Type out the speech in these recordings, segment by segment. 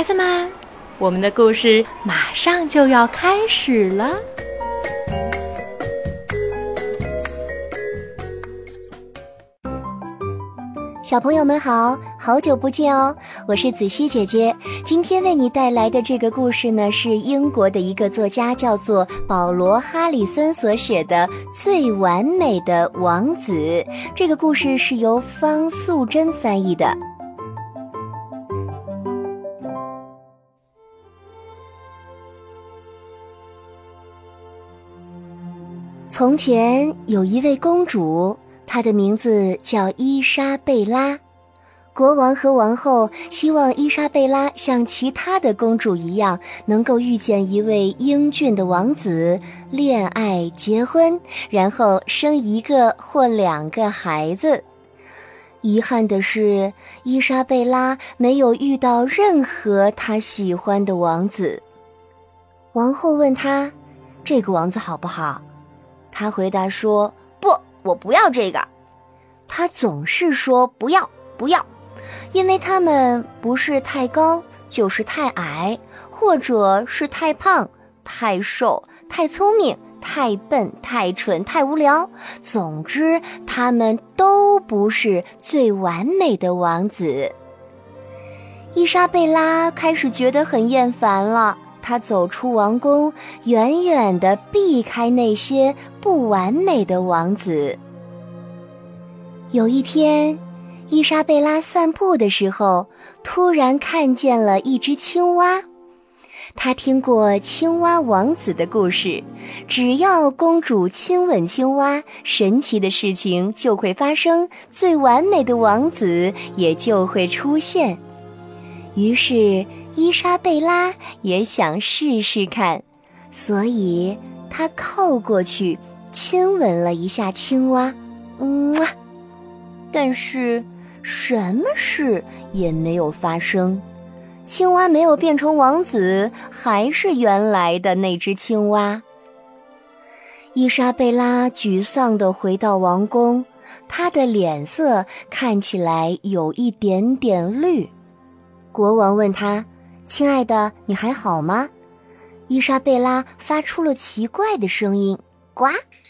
孩子们，我们的故事马上就要开始了。 小朋友们好，好久不见哦，我是子熙姐姐。今天为你带来的这个故事呢，是英国的一个作家叫做保罗·哈里森所写的《最完美的王子》。这个故事是由方素珍翻译的。从前有一位公主，她的名字叫伊莎贝拉。国王和王后希望伊莎贝拉像其他的公主一样，能够遇见一位英俊的王子，恋爱结婚，然后生一个或2个孩子。遗憾的是，伊莎贝拉没有遇到任何她喜欢的王子。王后问她，这个王子好不好？她回答说，不，我不要这个。她总是说不要，不要。因为他们不是太高，就是太矮，或者是太胖、太瘦、太聪明、太笨、太蠢、太无聊。总之，他们都不是最完美的王子。伊莎贝拉开始觉得很厌烦了，她走出王宫，远远地避开那些不完美的王子。有一天，伊莎贝拉散步的时候，突然看见了一只青蛙。她听过青蛙王子的故事，只要公主亲吻青蛙，神奇的事情就会发生，最完美的王子也就会出现。于是伊莎贝拉也想试试看，所以她靠过去亲吻了一下青蛙，但是什么事也没有发生，青蛙没有变成王子，还是原来的那只青蛙。伊莎贝拉沮丧地回到王宫，她的脸色看起来有一点点绿。国王问她，亲爱的，你还好吗？伊莎贝拉发出了奇怪的声音，呱。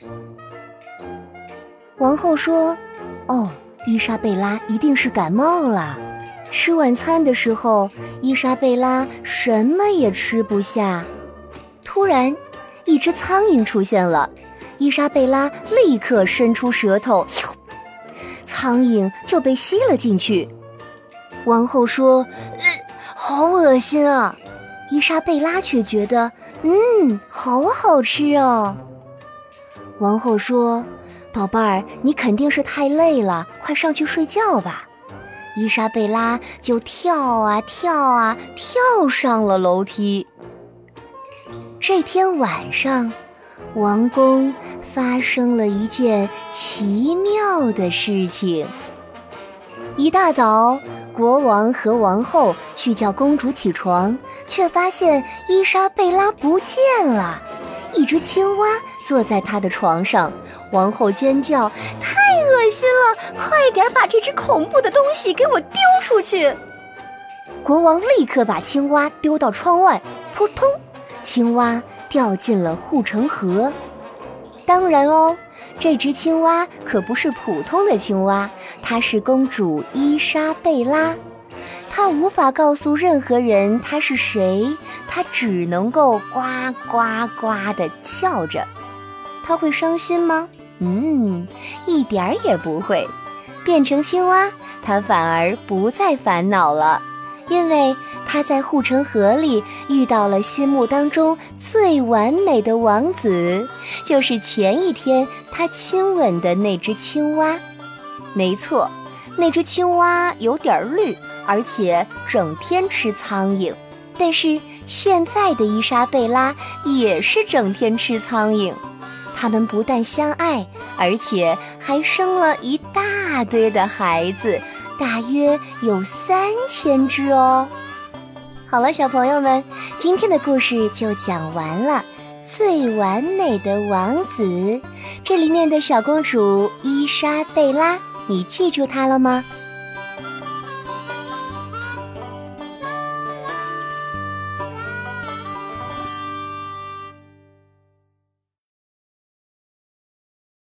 王后说，哦，伊莎贝拉一定是感冒了。吃晚餐的时候，伊莎贝拉什么也吃不下。突然，一只苍蝇出现了，伊莎贝拉立刻伸出舌头，苍蝇就被吸了进去。王后说，好恶心啊！伊莎贝拉却觉得，好好吃哦。王后说，宝贝儿，你肯定是太累了，快上去睡觉吧。伊莎贝拉就跳啊跳啊，跳上了楼梯。这天晚上，王宫发生了一件奇妙的事情。一大早，国王和王后去叫公主起床，却发现伊莎贝拉不见了。一只青蛙坐在她的床上，王后尖叫，太恶心了，快点把这只恐怖的东西给我丢出去。国王立刻把青蛙丢到窗外，扑通，青蛙掉进了护城河。当然哦，这只青蛙可不是普通的青蛙，它是公主伊莎贝拉。她无法告诉任何人她是谁，她只能够呱呱呱地叫着。她会伤心吗？一点儿也不会。变成青蛙，她反而不再烦恼了，因为她在护城河里遇到了心目当中最完美的王子，就是前一天她亲吻的那只青蛙。没错，那只青蛙有点绿，而且整天吃苍蝇。但是现在的伊莎贝拉也是整天吃苍蝇。他们不但相爱，而且还生了一大堆的孩子，大约有3000只哦。好了，小朋友们，今天的故事就讲完了。最完美的王子，这里面的小公主伊莎贝拉，你记住她了吗？